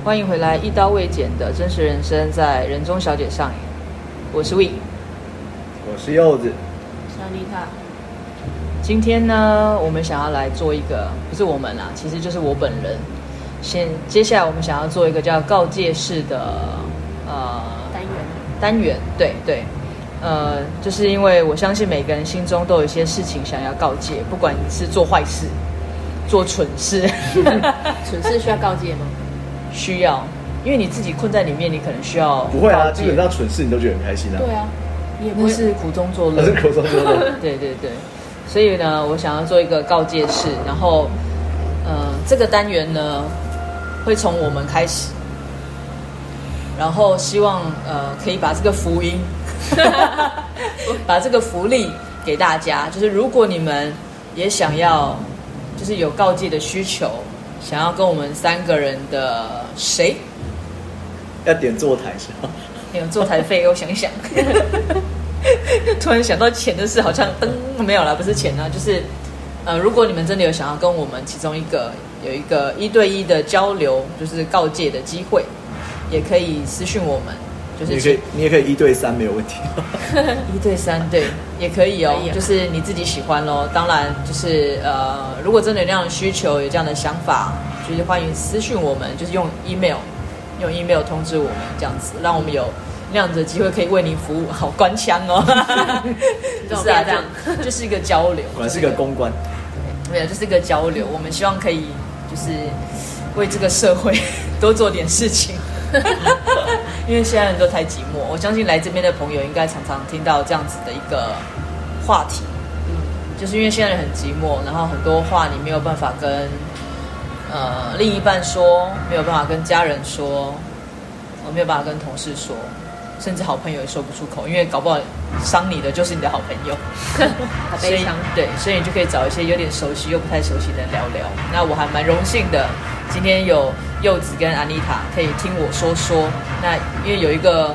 欢迎回来，一刀未剪的真实人生在人中小姐上演。我是 We， 我是柚子， 我是安妮塔。 今天呢，我们想要来做一个，不是我们啦，其实就是我本人。接下来我们想要做一个叫告诫式的单元，对，就是因为我相信每个人心中都有一些事情想要告诫，不管你是做坏事、做蠢事， 蠢事需要告诫吗？ 需要，因为你自己困在里面，你可能需要不会啊，基本上蠢事你都觉得很开心啊。 对啊，你也不会是苦中作乐， 是苦中作乐。 对，所以呢，我想要做一个告诫式，然后这个单元呢会从我们开始，然后希望可以把这个福音，把这个福利给大家，就是如果你们也想要，就是有告诫的需求，想要跟我们3个人的谁要点坐台是吧？ 有坐台费，我想一想，突然想到钱的事，好像没有啦，不是钱啊，就是如果你们真的有想要跟我们其中有一个1对1的交流，就是告诫的机会，也可以私讯我们，就是你也可以1对3没有问题。 1对3对也可以哦，就是你自己喜欢咯。当然就是如果真的有这样的需求，有这样的想法，就是欢迎私讯我们，就是用 email 通知我们，这样子让我们有那样子的机会可以为您服务。好官腔哦，就是啊，这样就是一个交流， 果然是个公关。 没有，就是一个交流。我们希望可以就是为这个社会多做点事情。因为现在人都太寂寞，我相信来这边的朋友应该常常听到这样子的一个话题，就是因为现在人很寂寞，然后很多话你没有办法跟另一半说，没有办法跟家人说，没有办法跟同事说，甚至好朋友也说不出口，因为搞不好伤你的就是你的好朋友。 好悲伤。 对，所以你就可以找一些有点熟悉又不太熟悉的人聊聊。那我还蛮荣幸的，今天有柚子跟安妮塔可以听我说说。那因为有一个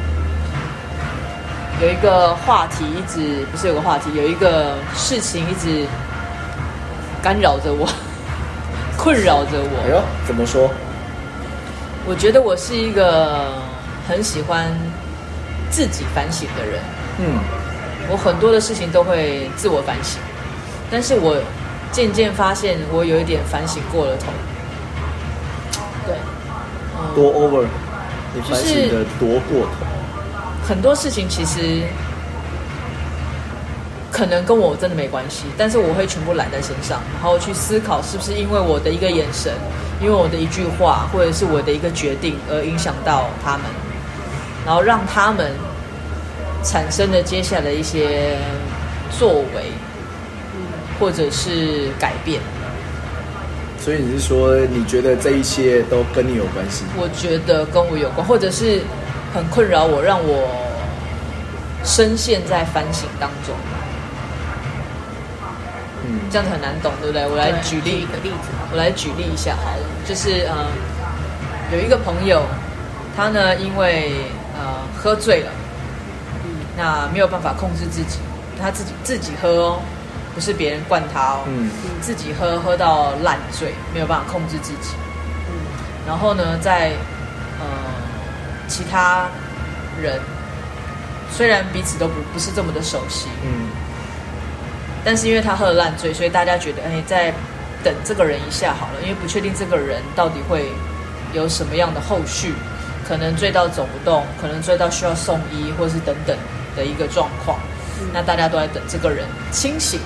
话题一直，不是有个话题，有一个事情一直干扰着我，困扰着我。 哎呦，怎么说？ 我觉得我是一个很喜欢自己反省的人。我很多的事情都会自我反省，但是我渐渐发现我有一点反省过了头。对， 多 over， 你反省的多过头。 很多事情其实可能跟我真的没关系，但是我会全部揽在身上，然后去思考是不是因为我的一个眼神，因为我的一句话，或者是我的一个决定而影响到他们，然后让他们产生了接下来的一些作为，或者是改变。 所以你是说，你觉得这一切都跟你有关系？ 我觉得跟我有关，或者是很困扰我，让我深陷在反省当中。这样子很难懂，对不对？我来举例一个例子。 我来举例一下好了，就是有一个朋友，他呢因为喝醉了，那没有办法控制自己，他自己喝哦，不是别人灌他哦，自己喝到烂醉，没有办法控制自己。然后呢，在其他人虽然彼此都不是这么的熟悉，但是因为他喝了烂醉，所以大家觉得再等这个人一下好了，因为不确定这个人到底会有什么样的后续，可能醉到走不动，可能醉到需要送医，或是等等的一个状况。那大家都在等这个人清醒。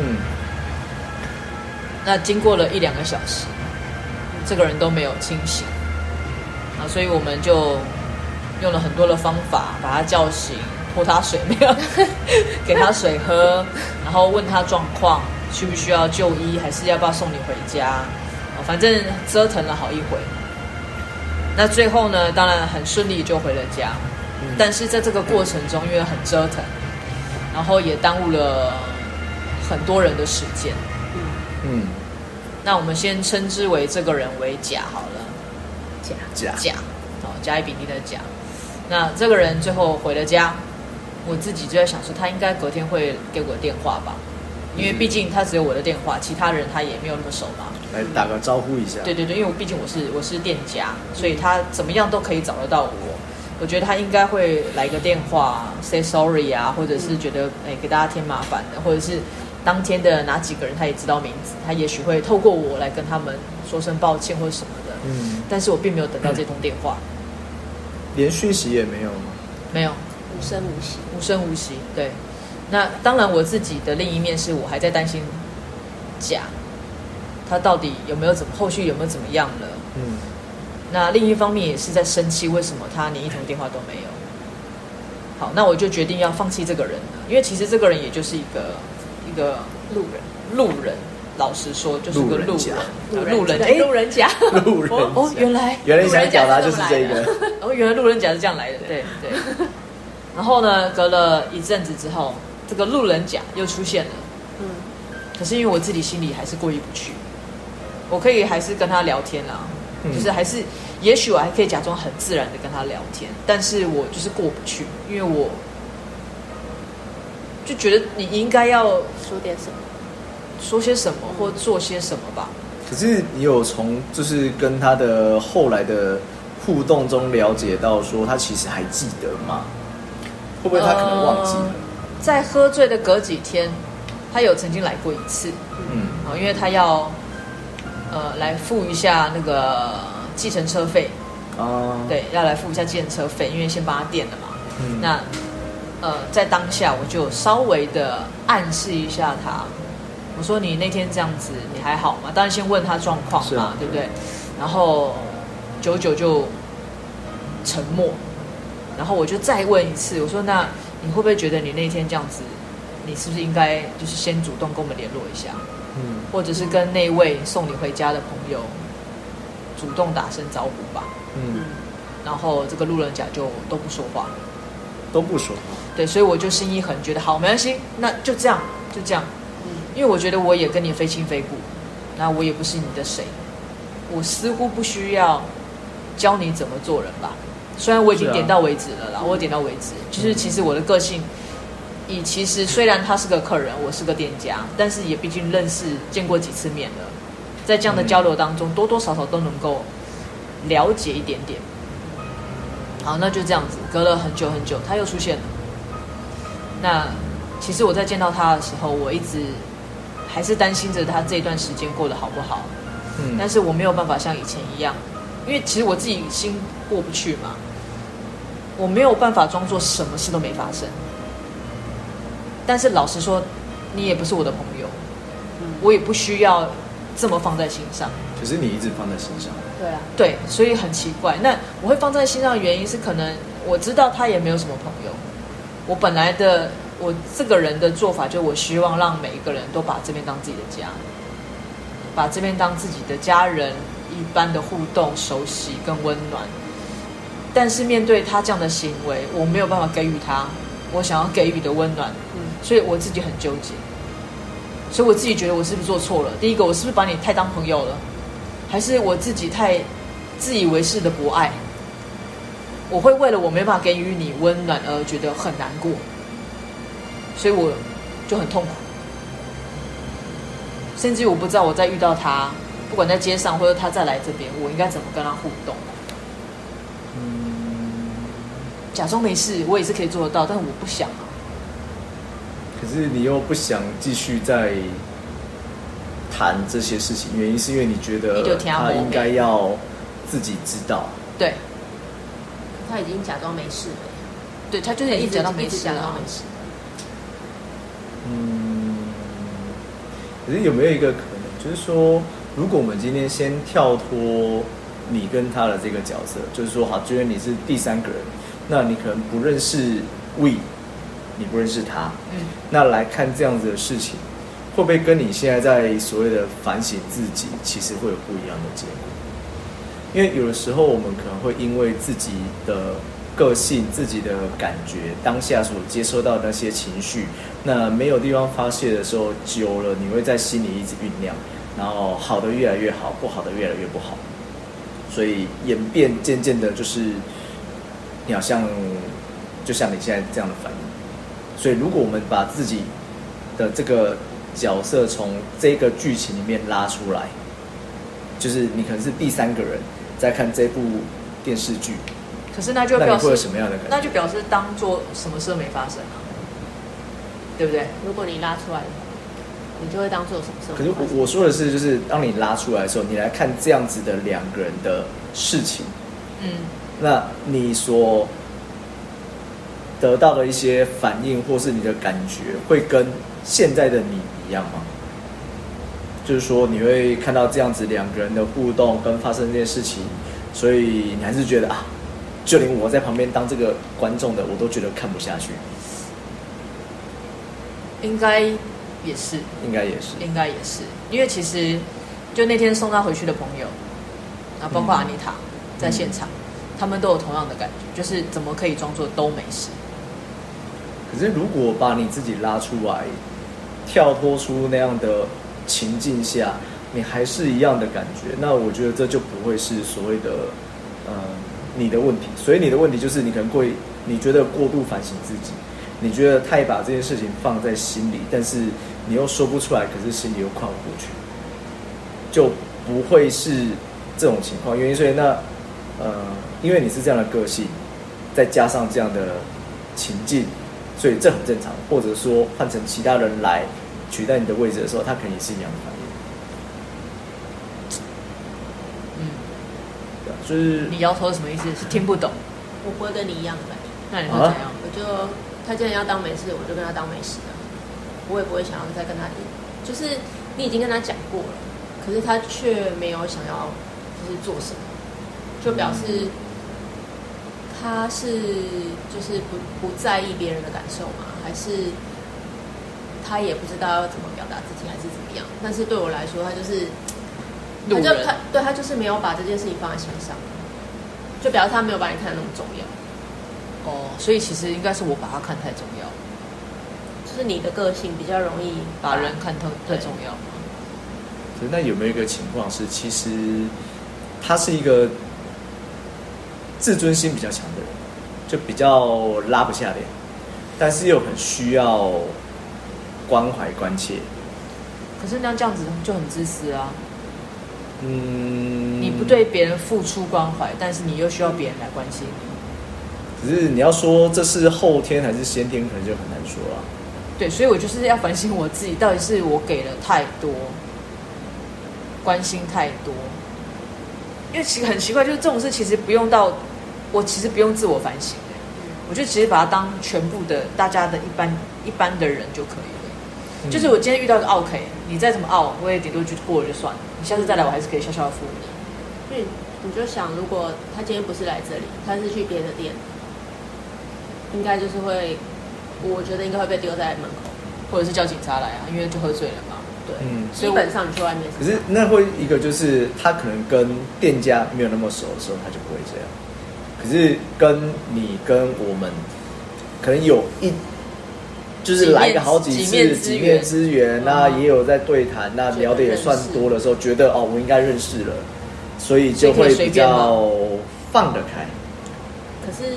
那经过了1-2个小时，这个人都没有清醒，所以我们就用了很多的方法把他叫醒，泼他水，没有给他水喝，然后问他状况，需不需要就医，还是要不要送你回家，反正折腾了好一回。那最后呢，当然很顺利就回了家，但是在这个过程中，因为很折腾，然后也耽误了很多人的时间。那我们先称之为这个人为甲好了，甲，甲乙丙丁的甲。那这个人最后回了家，我自己就在想说，他应该隔天会给我电话吧。 因为毕竟他只有我的电话，其他人他也没有那么熟嘛。 来打个招呼一下。 对对对，因为毕竟我是店家，所以他怎么样都可以找得到我。我觉得他应该会来个电话 say sorry 啊，或者是觉得给大家添麻烦的，或者是当天的哪几个人他也知道名字，他也许会透过我来跟他们说声抱歉或者什么的。但是我并没有等到这通电话， 连讯息也没有吗？没有， 无声无息， 无声无息。对，那当然我自己的另一面是我还在担心甲，他到底有没有后续有没有怎么样了？那另一方面也是在生气，为什么他连一通电话都没有？好，那我就决定要放弃这个人了，因为其实这个人也就是一个路人。老实说，就是个路人甲。哦，原来你想表达就是这个。 哦，原来路人甲是这样来的，对。然后呢，隔了一阵子之后，这个路人甲又出现了。可是因为我自己心里还是过意不去，我可以还是跟他聊天啦，就是还是，也许我还可以假装很自然的跟他聊天，但是我就是过不去，因为我就觉得你应该要说点什么。 说些什么或做些什么吧。 可是你有从就是跟他的后来的互动中了解到说他其实还记得吗？会不会他可能忘记了？ 在喝醉的隔几天，他有曾经来过一次。因为他要来付一下那个计程车费。对，要来付一下计程车费，因为先帮他垫了嘛。那在当下我就稍微的暗示一下他。我说你那天这样子，你还好吗？当然先问他状况嘛，对不对？然后久久就沉默，然后我就再问一次，我说那你会不会觉得你那天这样子，你是不是应该就是先主动跟我们联络一下，或者是跟那位送你回家的朋友主动打声招呼吧。然后这个路人甲就都不说话，对，所以我就心一横，觉得好没关系，那就这样。因为我觉得我也跟你非亲非故，那我也不是你的谁，我似乎不需要教你怎么做人吧。虽然我已经点到为止了啦，我点到为止。就是其实我的个性，其实虽然他是个客人，我是个店家，但是也毕竟见过几次面了，在这样的交流当中，多多少少都能够了解一点点。好，那就这样子，隔了很久很久，他又出现了。那其实我在见到他的时候，我一直还是担心着他这段时间过得好不好。但是我没有办法像以前一样，因为其实我自己心过不去嘛，我没有办法装作什么事都没发生。但是老实说，你也不是我的朋友，我也不需要这么放在心上。 可是你一直放在心上。 对啊。 对，所以很奇怪。那我会放在心上的原因是，可能我知道他也没有什么朋友。我这个人的做法，就我希望让每一个人都把这边当自己的家，把这边当自己的家人，一般的互动、熟悉跟温暖。但是面对他这样的行为，我没有办法给予他我想要给予的温暖，所以我自己很纠结。所以我自己觉得我是不是做错了？第一个，我是不是把你太当朋友了？还是我自己太自以为是的博爱？我会为了我没办法给予你温暖而觉得很难过。所以我就很痛苦，甚至我不知道我再遇到他，不管在街上或者他再来这边，我应该怎么跟他互动。假装没事，我也是可以做得到，但是我不想啊。 可是你又不想继续再谈这些事情，原因是因为你觉得他应该要自己知道。 对， 他已经假装没事了。 对，他就是一直假装没事啊。 可是有没有一个可能，就是说，如果我们今天先跳脱你跟他的这个角色，就是说，好，觉得你是第三个人，那你可能不认识 We， 你不认识他，那来看这样子的事情，会不会跟你现在在所谓的反省自己，其实会有不一样的结果？因为有的时候我们可能会因为自己的个性、自己的感觉，当下所接收到的那些情绪，那没有地方发泄的时候，久了你会在心里一直酝酿，然后好的越来越好，不好的越来越不好，所以演变渐渐的就是你好像就像你现在这样的反应。所以如果我们把自己的这个角色从这个剧情里面拉出来，就是你可能是第三个人在看这部电视剧， 可是那就那表示你会有什么样的感觉？ 那就表示当做什么事都没发生啊，对不对？ 如果你拉出来的话，你就会当做什么事？ 可是我说的是，就是当你拉出来的时候，你来看这样子的两个人的事情，那你所得到的一些反应或是你的感觉，会跟现在的你一样吗？就是说，你会看到这样子两个人的互动跟发生这件事情，所以你还是觉得啊，就连我在旁边当这个观众的，我都觉得看不下去。 应该也是， 应该也是， 应该也是，因为其实就那天送他回去的朋友，啊，包括阿妮塔在现场，他们都有同样的感觉，就是怎么可以装作都没事。 可是如果把你自己拉出来，跳脱出那样的情境下，你还是一样的感觉，那我觉得这就不会是所谓的你的问题。所以你的问题就是你可能会你觉得过度反省自己，你觉得太把这件事情放在心里，但是你又说不出来，可是心里又跨不过去，就不会是这种情况。因为所以那因为你是这样的个性，再加上这样的情境，所以这很正常。或者说换成其他人来取代你的位置的时候，他可能也是一样的反应。对啊，就是你摇头是什么意思？是听不懂？ 我不会跟你一样的反应。 那你会怎样？ 我就他既然要当没事，我就跟他当没事啊。我也不会想要再跟他，就是你已经跟他讲过了，可是他却没有想要就是做什么，就表示他是就是不在意别人的感受嘛，还是他也不知道要怎么表达自己，还是怎么样？但是对我来说，他就是路人， 他就是没有把这件事情放在心上，就表示他没有把你看得那么重要。 哦，所以其实应该是我把他看太重要， 就是你的个性比较容易把人看太重要。 可是那有没有一个情况是，其实他是一个自尊心比较强的人，就比较拉不下脸，但是又很需要关怀关切。 可是那这样子就很自私啊。你不对别人付出关怀，但是你又需要别人来关心你。 只是你要说这是后天还是先天，可能就很难说了。 对，所以我就是要反省我自己，到底是我给了太多关心太多，因为其实很奇怪，就是这种事其实不用到我其实不用自我反省，我就其实把它当全部的大家的一般的人就可以了。就是我今天遇到一个OK，你再怎么傲，我也顶多就过了就算了，你下次再来我还是可以笑笑的服你。 你就想，如果他今天不是来这里，他是去别的店，应该就是会，我觉得应该会被丢在门口， 或者是叫警察来啊，因为就喝醉了嘛。 对，基本上你去外面。 可是那会一个就是他可能跟店家没有那么熟的时候，他就不会这样。可是跟你跟我们可能有就是来个好几次几面之缘，那也有在对谈，那聊的也算多的时候，觉得哦我应该认识了，所以就会比较放得开。 可是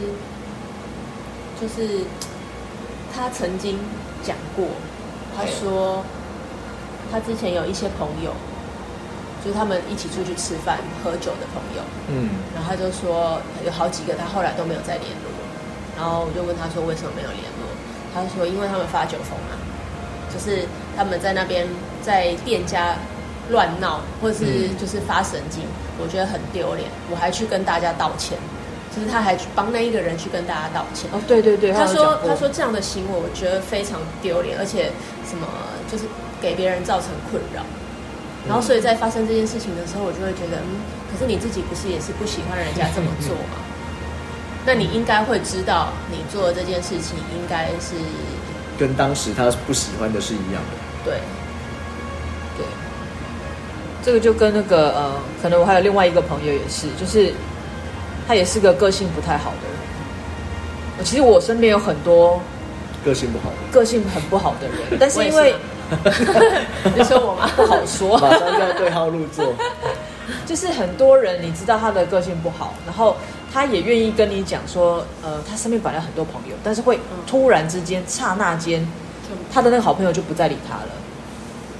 就是他曾经讲过，他说他之前有一些朋友，就是他们一起出去吃饭喝酒的朋友，然后他就说有好几个他后来都没有再联络，然后我就问他说为什么没有联络，他说因为他们发酒疯啊，就是他们在那边在店家乱闹，或是就是发神经，我觉得很丢脸，我还去跟大家道歉，就是他还帮那一个人去跟大家道歉。 哦，对对对， 他说这样的行为我觉得非常丢脸，而且什么就是给别人造成困扰。然后所以在发生这件事情的时候，我就会觉得，可是你自己不是也是不喜欢人家这么做吗？那你应该会知道，你做的这件事情应该是跟当时他不喜欢的是一样的。 对， 对，这个就跟那个可能我还有另外一个朋友也是，就是他也是个个性不太好的人。其实我身边有很多个性不好的， 个性很不好的人，但是因为你说我吗？ 不好说， 马上就要对号入座。 就是很多人你知道他的个性不好，然后他也愿意跟你讲说，他身边本来很多朋友，但是会突然之间刹那间，他的那个好朋友就不再理他了。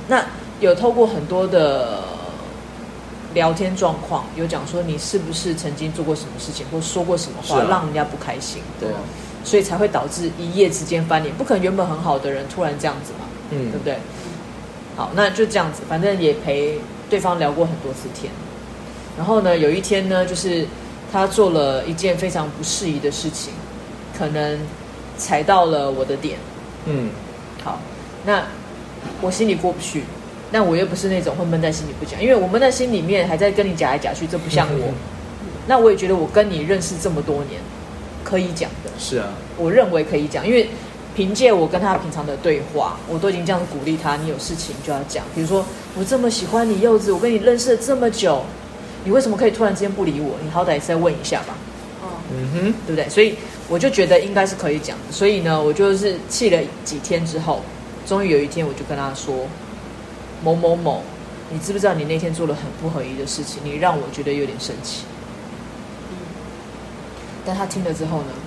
那有透过很多的聊天状况，有讲说你是不是曾经做过什么事情，或说过什么话，让人家不开心， 对啊， 所以才会导致一夜之间翻脸，不可能原本很好的人突然这样子嘛，对不对？好，那就这样子，反正也陪对方聊过很多次天。然后呢，有一天呢，就是他做了一件非常不适宜的事情，可能踩到了我的点。好，那我心里过不去，那我又不是那种会闷在心里不讲，因为我闷在心里面还在跟你夹来夹去，这不像我。那我也觉得我跟你认识这么多年，可以讲的。 是啊， 我认为可以讲，因为凭借我跟他平常的对话，我都已经这样鼓励他，你有事情就要讲。比如说，我这么喜欢你柚子，我跟你认识了这么久，你为什么可以突然之间不理我？你好歹也是再问一下吧。对不对？所以我就觉得应该是可以讲的。所以呢，我就是气了几天之后，终于有一天我就跟他说：“某某某，你知不知道你那天做了很不合宜的事情？你让我觉得有点生气。”但他听了之后呢，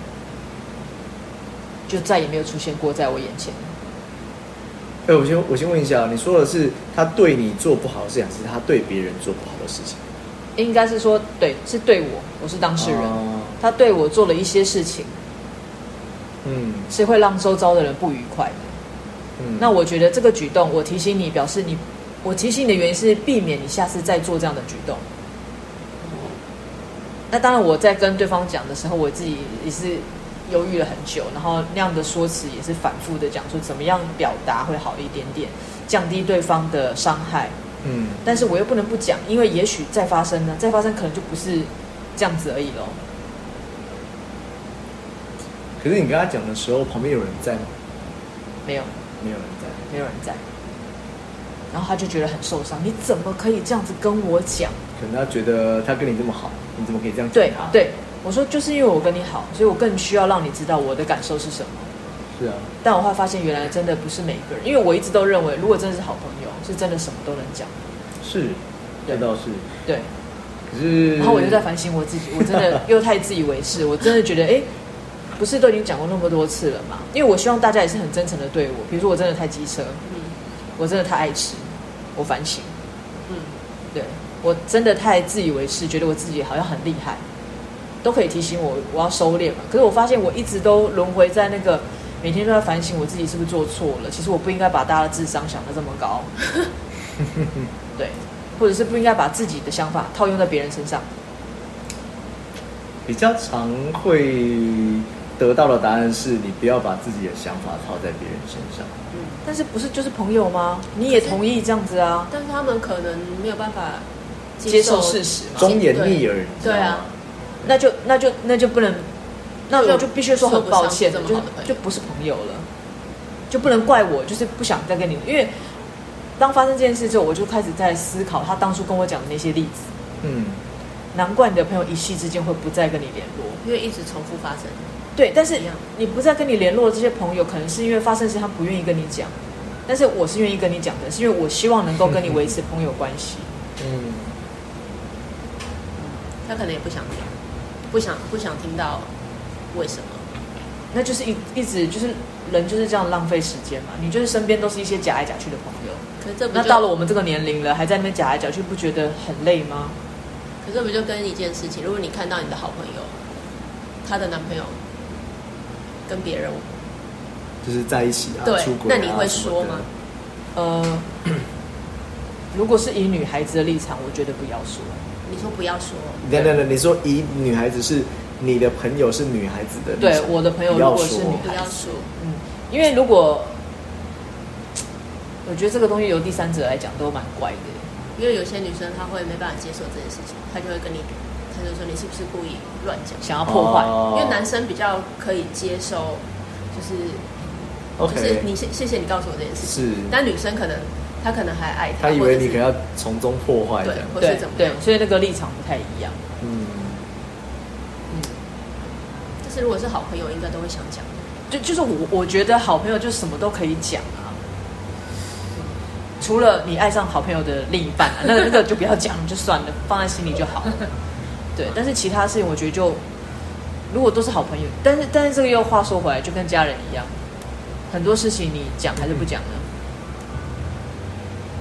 就再也没有出现过在我眼前。 我先问一下，你说的是他对你做不好的事情，还是他对别人做不好的事情？ 应该是说，对，是对我是当事人，他对我做了一些事情，是会让周遭的人不愉快的。那我觉得这个举动，我提醒你，表示我提醒你的原因是避免你下次再做这样的举动。那当然，我在跟对方讲的时候，我自己也是犹豫了很久，然后那样的说辞也是反复的讲说怎么样表达会好一点点，降低对方的伤害。但是我又不能不讲，因为也许再发生呢，再发生可能就不是这样子而已咯。 可是你跟他讲的时候，旁边有人在吗？ 没有， 没有人在， 没有人在。然后他就觉得很受伤，你怎么可以这样子跟我讲？ 可能他觉得他跟你这么好，你怎么可以这样对他？对，我说就是因为我跟你好，所以我更需要让你知道我的感受是什么。 是啊， 但我后来发现，原来真的不是每个人，因为我一直都认为，如果真的是好朋友，是真的什么都能讲。 是，这倒是。 对。 可是， 然后我就在反省我自己，我真的又太自以为是，我真的觉得，不是都已经讲过那么多次了嘛？因为我希望大家也是很真诚的对我。比如说，我真的太机车，我真的太爱吃，我反省。对，我真的太自以为是，觉得我自己好像很厉害，都可以提醒我要收敛嘛。可是我发现我一直都轮回在那个。每天都在反省我自己是不是做错了，其实我不应该把大家的智商想得这么高，对，或者是不应该把自己的想法套用在别人身上。 比较常会得到的答案是你不要把自己的想法套在别人身上。 但是不是就是朋友吗？你也同意这样子啊？ 但是他们可能没有办法接受事实嘛， 忠言逆耳， 对啊， 那就不能。那我就必须说很抱歉，就不是朋友了，就不能怪我，就是不想再跟你。因为当发生这件事之后，我就开始在思考他当初跟我讲的那些例子。难怪你的朋友一夕之间会不再跟你联络， 因为一直重复发生。 对，但是你不再跟你联络的这些朋友，可能是因为发生时他不愿意跟你讲，但是我是愿意跟你讲的，是因为我希望能够跟你维持朋友关系。 他可能也不想听，不想听到。为什么？ 那就是一直就是人就是这样浪费时间嘛。你就是身边都是一些夹来夹去的朋友， 可是这不那到了我们这个年龄了，还在那边夹来夹去，不觉得很累吗？ 可是不就跟一件事情，如果你看到你的好朋友，她的男朋友跟别人就是在一起啊， 对， 出轨啊， 那你会说吗？ 如果是以女孩子的立场，我觉得不要说。 你说不要说？ 等，你说以女孩子是你的朋友是女孩子的立场， 对，我的朋友如果是女孩子， 不要说。 因为如果我觉得这个东西由第三者来讲都蛮怪的， 因为有些女生她会没办法接受这件事情，她就会跟你，她就说你是不是故意乱讲， 想要破坏。 因为男生比较可以接受，就是你谢谢你告诉我这件事情，但女生可能她可能还爱他， 她以为你可能要从中破坏这样， 或是怎么样， 所以那个立场不太一样。 但是如果是好朋友，应该都会想讲。 就是我觉得好朋友就什么都可以讲啊，除了你爱上好朋友的另一半那个就不要讲，就算了，放在心里就好。对，但是其他事情我觉得就如果都是好朋友，但是这个又话说回来，就跟家人一样，很多事情你讲还是不讲呢？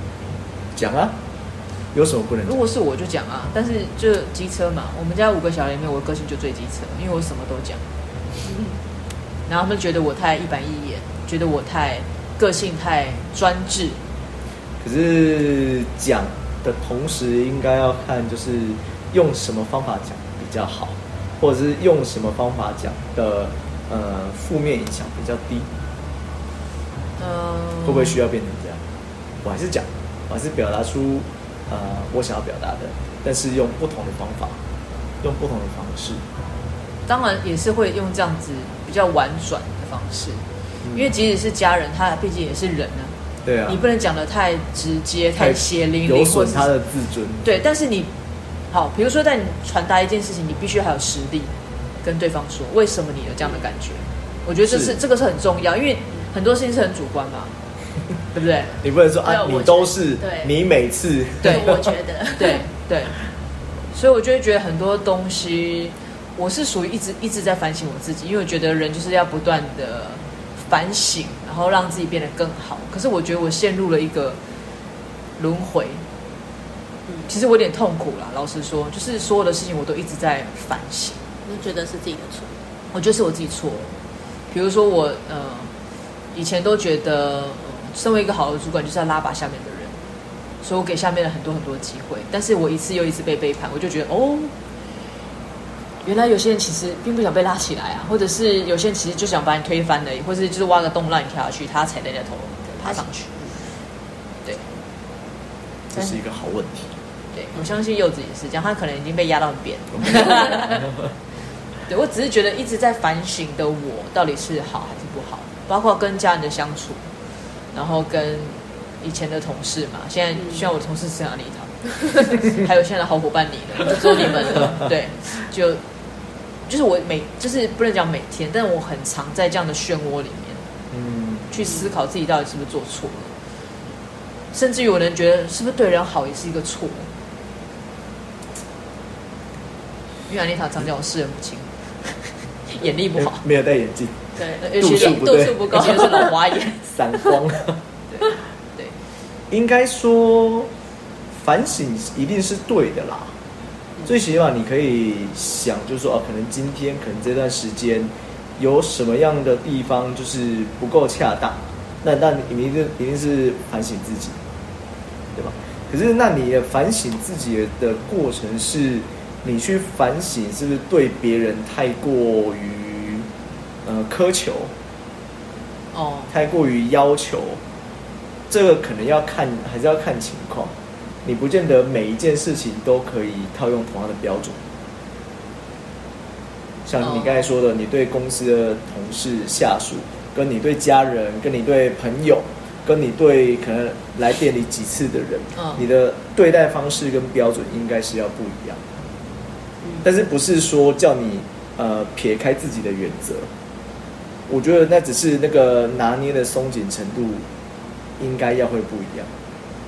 讲啊，有什么不能讲？ 如果是我就讲啊，但是就机车嘛，我们家5个小孩里面，我个性就最机车，因为我什么都讲。然后他们觉得我太一板一眼，觉得我太个性太专制。 可是讲的同时，应该要看就是用什么方法讲比较好，或者是用什么方法讲的负面影响比较低。会不会需要变成这样？我还是讲，我还是表达出我想要表达的，但是用不同的方法，用不同的方式。 当然也是会用这样子比较婉转的方式，因为即使是家人，他毕竟也是人啊。 对啊， 你不能讲得太直接、太血淋淋， 有损他的自尊。 对，但是你好，比如说在你传达一件事情，你必须还有实力跟对方说为什么你有这样的感觉。我觉得这个是很重要，因为很多事情是很主观嘛，对不对？ 你不能说啊，你都是你每次对， 我觉得对，所以我就会觉得很多东西，我是属于一直在反省我自己，因为我觉得人就是要不断的反省，然后让自己变得更好。可是我觉得我陷入了一个轮回，其实我有点痛苦啦。老实说，就是所有的事情我都一直在反省， 我觉得是自己的错。 我觉得是我自己错。比如说我以前都觉得，身为一个好的主管就是要拉拔下面的人，所以我给下面的很多机会，但是我一次又一次被背叛，我就觉得原来有些人其实并不想被拉起来啊，或者是有些人其实就想把你推翻而已，或者是就是挖个洞让你跳下去，他踩在你的头爬上去。对， 这是一个好问题。 对，我相信柚子也是这样，他可能已经被压到很扁。对，我只是觉得一直在反省的我到底是好还是不好，包括跟家人的相处，然后跟以前的同事嘛，现在我同事是哪里的，还有现在的好伙伴你了，就只有你们了。对，就是我就是不能讲每天，但我很常在这样的漩涡里面，去思考自己到底是不是做错了，甚至于我能觉得是不是对人好也是一个错。因为安妮塔常叫我视人不清，眼力不好， 没有戴眼镜， 对， 度数不够，而且是老花眼， 散光。 对， 应该说反省一定是对的啦。最起码你可以想，就是说可能今天可能这段时间有什么样的地方就是不够恰当，那你一定是反省自己，对吧？可是那你的反省自己的过程是，你去反省是不是对别人太过于苛求，太过于要求，这个可能还是要看情况。你不见得每一件事情都可以套用同样的标准。像你刚才说的，你对公司的同事、下属，跟你对家人，跟你对朋友，跟你对可能来店里几次的人，你的对待方式跟标准应该是要不一样。但是不是说叫你撇开自己的原则？我觉得那只是那个拿捏的松紧程度，应该要会不一样。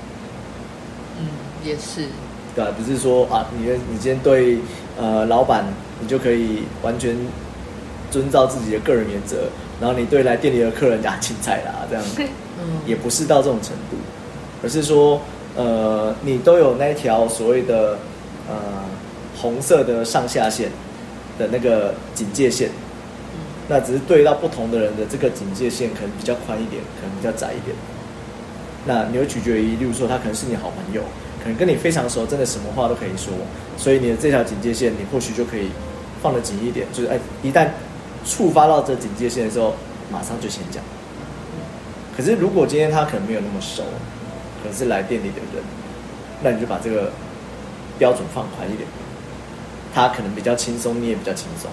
也是， 对吧？不是说你今天对老板，你就可以完全遵照自己的个人原则，然后你对来店里的客人请菜啦，这样，也不是到这种程度，而是说你都有那一条所谓的红色的上下限的那个警戒线，那只是对到不同的人的这个警戒线可能比较宽一点，可能比较窄一点。那你会取决于，例如说他可能是你好朋友，可能跟你非常熟，真的什么话都可以说，所以你的这条警戒线，你或许就可以放得紧一点，就是一旦触发到这警戒线的时候，马上就先讲。可是如果今天他可能没有那么熟，可能是来店里的人，那你就把这个标准放宽一点，他可能比较轻松，你也比较轻松。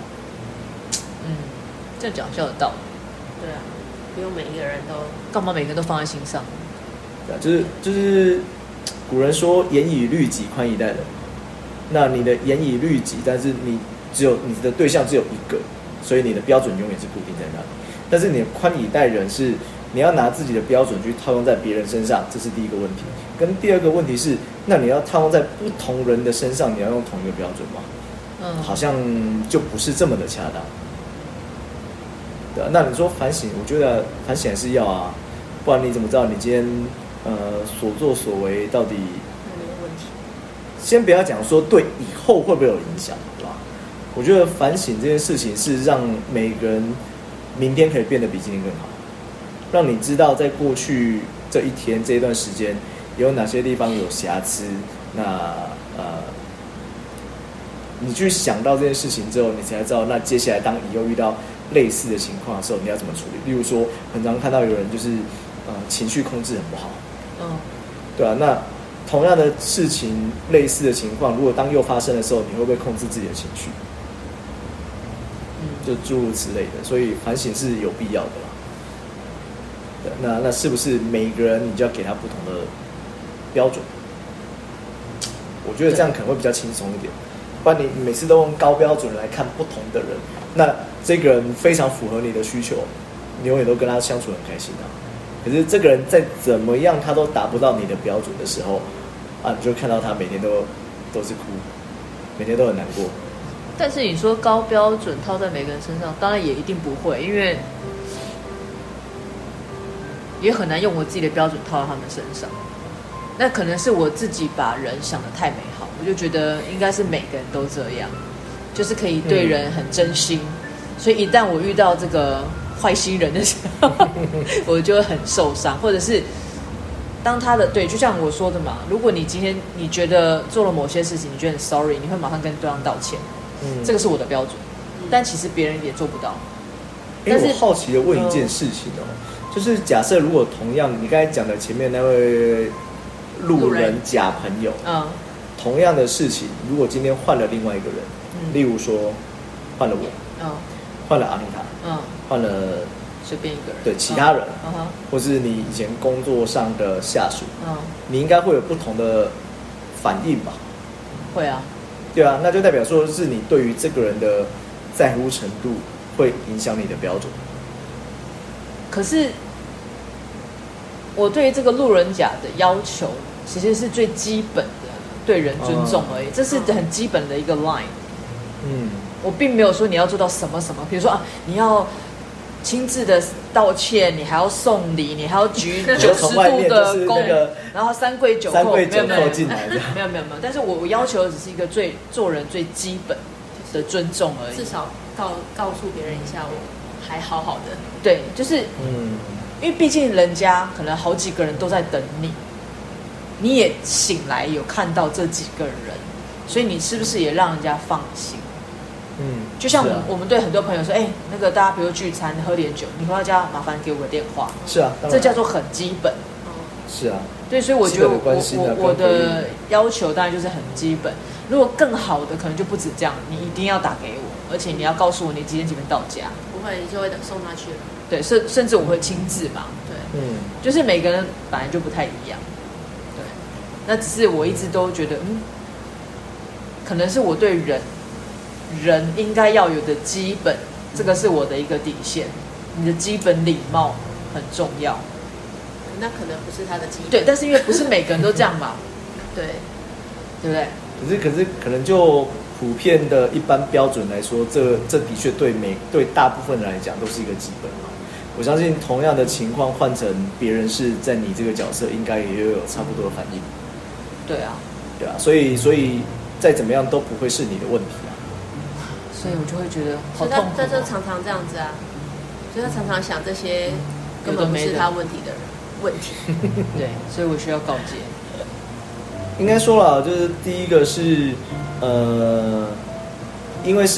这讲笑得到。 对啊，不用每一个人都干嘛每个人都放在心上？ 对啊，就是古人说严以律己，宽以待人。那你的严以律己，但是你的对象只有一个，所以你的标准永远是固定在那里。但是你的宽以待人是你要拿自己的标准去套用在别人身上，这是第一个问题。跟第二个问题是，那你要套用在不同人的身上，你要用同一个标准吗？好像就不是这么的恰当。对啊，那你说反省，我觉得反省还是要啊，不然你怎么知道你今天所作所为到底有没有问题？ 先不要讲说对以后会不会有影响，对吧？我觉得反省这件事情是让每个人明天可以变得比今天更好，让你知道在过去这一天这一段时间有哪些地方有瑕疵。那你去想到这件事情之后，你才知道，那接下来当以后遇到类似的情况的时候，你要怎么处理？例如说，很常看到有人就是情绪控制很不好，对啊，那同样的事情，类似的情况，如果当又发生的时候，你会不会控制自己的情绪？就诸如此类的，所以反省是有必要的啦。对，那是不是每个人你就要给他不同的标准？我觉得这样可能会比较轻松一点。不然你每次都用高标准来看不同的人，那这个人非常符合你的需求，你永远都跟他相处很开心啊。可是这个人再怎么样，他都达不到你的标准的时候，你就看到他每天都是哭，每天都很难过。 但是你说高标准套在每个人身上，当然也一定不会，因为也很难用我自己的标准套到他们身上。那可能是我自己把人想得太美好，我就觉得应该是每个人都这样，就是可以对人很真心。所以一旦我遇到这个坏心人的时候，我就会很受伤，或者是当他的对，就像我说的嘛，如果你今天你觉得做了某些事情，你觉得很 sorry， 你会马上跟对方道歉，这个是我的标准，但其实别人也做不到。但是我好奇的问一件事情就是假设如果同样你刚才讲的前面那位路人甲朋友，同样的事情，如果今天换了另外一个人，例如说换了我，换了阿妮塔，换了随便一个人， 对其他人，或是你以前工作上的下属，你应该会有不同的反应吧？ 会啊， 对啊，那就代表说是你对于这个人的在乎程度会影响你的标准。 可是我对于这个路人甲的要求，其实是最基本的对人尊重而已，这是很基本的一个 line。我并没有说你要做到什么什么，比如说你要亲自的道歉，你还要送礼，你还要举90度的躬，然后三跪九叩进来的， 没有。但是我要求的只是一个做人最基本的尊重而已， 至少告诉别人一下，我还好好的。 对，就是因为毕竟人家可能好几个人都在等你，你也醒来有看到这几个人，所以你是不是也让人家放心？就像我们对很多朋友说，那个大家比如聚餐喝点酒，你回到家麻烦给我个电话。 是啊， 这叫做很基本。 是啊， 对，所以我觉得我的要求当然就是很基本。如果更好的可能就不止这样，你一定要打给我，而且你要告诉我你几点到家。 不会，你就会送他去了。 对，甚至我会亲自嘛。对，就是每个人本来就不太一样。对，那只是我一直都觉得，可能是我对人应该要有的基本，这个是我的一个底线。你的基本礼貌很重要。 那可能不是他的基本。 对，但是因为不是每个人都这样嘛。对不对？ 可是可能就普遍的一般标准来说，这的确对大部分人来讲都是一个基本嘛。我相信同样的情况换成别人是在你这个角色，应该也有差不多的反应。 对啊， 所以再怎么样都不会是你的问题啊。 所以我就会觉得好痛苦。 他就常常这样子啊，所以他常常想这些根本不是他问题的问题。 对，所以我需要告诫。 应该说了，就是第一个是因为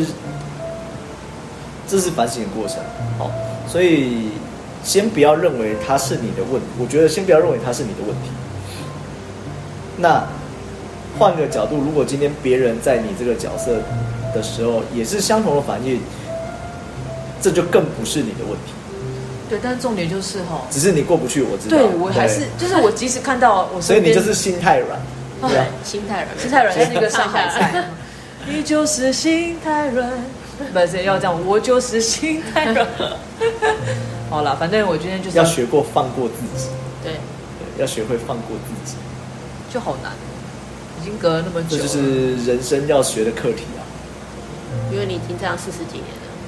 这是反省的过程，所以先不要认为它是你的问题。我觉得先不要认为它是你的问题。那换个角度，如果今天别人在你这个角色的时候也是相同的反应，这就更不是你的问题。 对，但是重点就是只是你过不去，我知道。 对，我还是就是我即使看到我所以你就是心太软， 对啊，心太软是一个上海菜。你就是心太软，不是要这样，我就是心太软。好了，反正我今天就是要学过放过自己。 对， 要学会放过自己， 就好难，已经隔了那么久了。 这就是人生要学的课题啊。 因为你已经这样40几年了。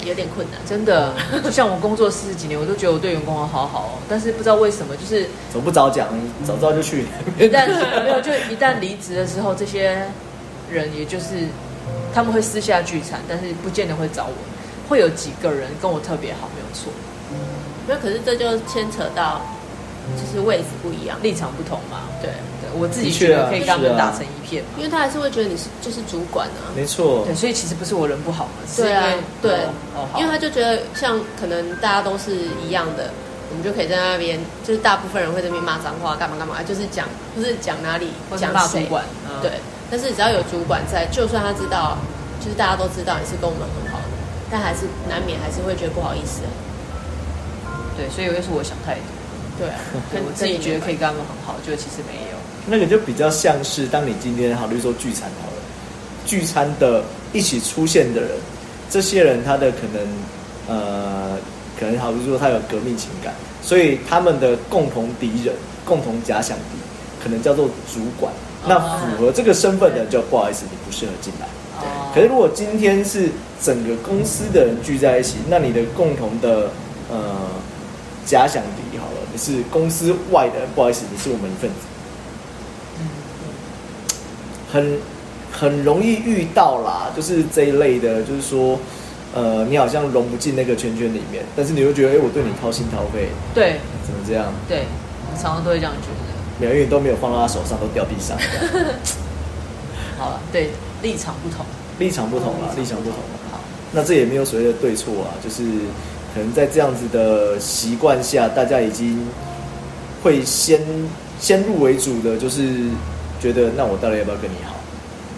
有点困难。 真的，就像我工作40几年，我都觉得我对员工好好哦，但是不知道为什么，就是怎么不早讲？早知道就去。 一旦没有，就一旦离职的时候，这些人也就是他们会私下聚餐，但是不见得会找我。会有几个人跟我特别好，没有错。 那可是这就牵扯到，就是位置不一样， 立场不同嘛。 对， 我自己觉得可以跟他们打成一片嘛， 因为他还是会觉得你是就是主管啊。 没错。 对，所以其实不是我人不好嘛， 对啊，对， 因为他就觉得像可能大家都是一样的，我们就可以在那边，就是大部分人会在那边骂脏话，干嘛干嘛，就是讲，不是讲哪里，讲谁，对。但是只要有主管在，就算他知道，就是大家都知道你是跟我们很好的，但还是难免还是会觉得不好意思。 对，所以又是我想太多。 对啊， 我自己觉得可以跟他们很好，就其实没有。 那个就比较像是，当你今天好，比如说聚餐好了，聚餐的一起出现的人，这些人他的可能好，比如说他有革命情感，所以他们的共同敌人、共同假想敌，可能叫做主管。那符合这个身份的，就不好意思，你不适合进来。可是如果今天是整个公司的人聚在一起，那你的共同的假想敌好了，你是公司外的，不好意思，你是我们一份子。很容易遇到啦，就是这一类的，就是说，你好像融不进那个圈圈里面，但是你又觉得，我对你掏心掏肺， 对， 怎么这样？ 对，我常常都会这样觉得。 没有，因为你都没有放到他手上，都掉地上。 好了，对，立场不同。立场不同啦。好，那这也没有所谓的对错啊，就是可能在这样子的习惯下，大家已经会先入为主的，就是觉得那我到底要不要跟你好？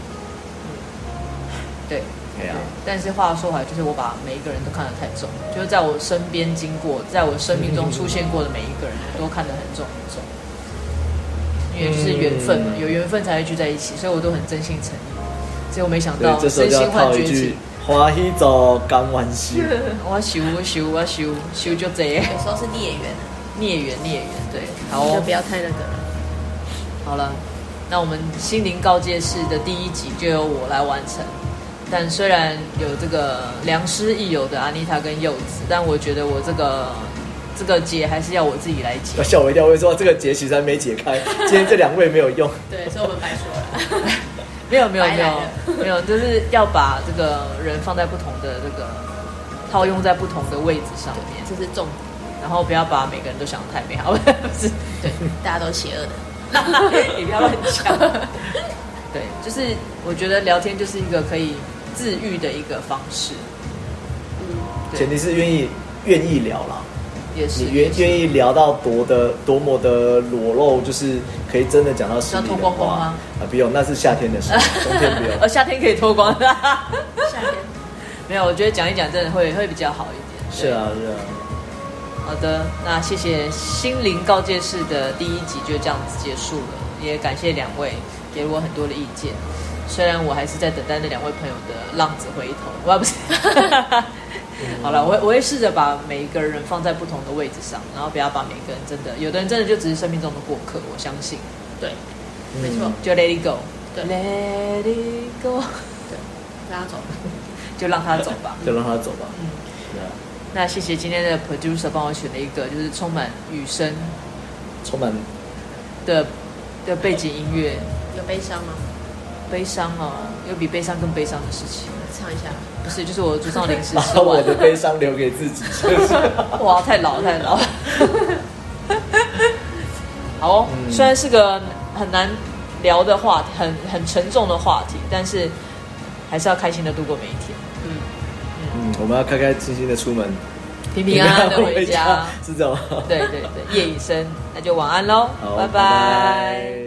对，但是话说回来，就是我把每一个人都看得太重，就是在我身边经过，在我生命中出现过的每一个人，我都看得很重很重。因为就是缘分嘛，有缘分才会聚在一起，所以我都很真心诚意。结果没想到真心换绝情， 欢喜做甘愿受。 我修就这样。 有时候是孽缘， 对，好就不要太那个了。 好了，那我们心灵告诫式的第1集就由我来完成。但虽然有这个良师益友的安妮塔跟柚子，但我觉得我这个结还是要我自己来解。 吓我一跳，我会说这个结其实还没解开，今天这2位没有用。 对，所以我们白说了。 没有，就是要把这个人放在不同的这个套用在不同的位置上面， 这是重点。 然后不要把每个人都想得太美好，不是？ 对，大家都邪恶的，也不要乱讲。对，就是我觉得聊天就是一个可以治愈的一个方式。 前提是愿意聊啦。 也是你愿意聊到多么的裸露，就是可以真的讲到心里的话。要脱光吗？ 不用，那是夏天的事，冬天不用。 夏天可以脱光的。 夏天没有，我觉得讲一讲真的会比较好一点。 是啊。 好的，那谢谢心灵告诫式的第1集就这样子结束了，也感谢2位给了我很多的意见。虽然我还是在等待那2位朋友的浪子回头，我不是。好了，我会试着把每一个人放在不同的位置上，然后不要把每个人有的人真的就只是生命中的过客，我相信。 对，没错， 就 let it go， 对 ，let it go， 对，让他走， 就让他走吧， 就让他走吧。对啊。 那谢谢今天的 producer 帮我选了一个就是充满雨声、 充满的背景音乐。 有悲伤吗？ 悲伤哦，有比悲伤更悲伤的事情。 唱一下。 不是，就是我桌上零食吃完， 把我的悲伤留给自己，是不是？ 哇，太老。好哦，虽然是个很难聊的话题，很沉重的话题，但是还是要开心的度过每一天。 我们要开开心心的出门， 平平安安的回家， 是这样吗？ 对，夜已深，那就晚安喽，拜拜。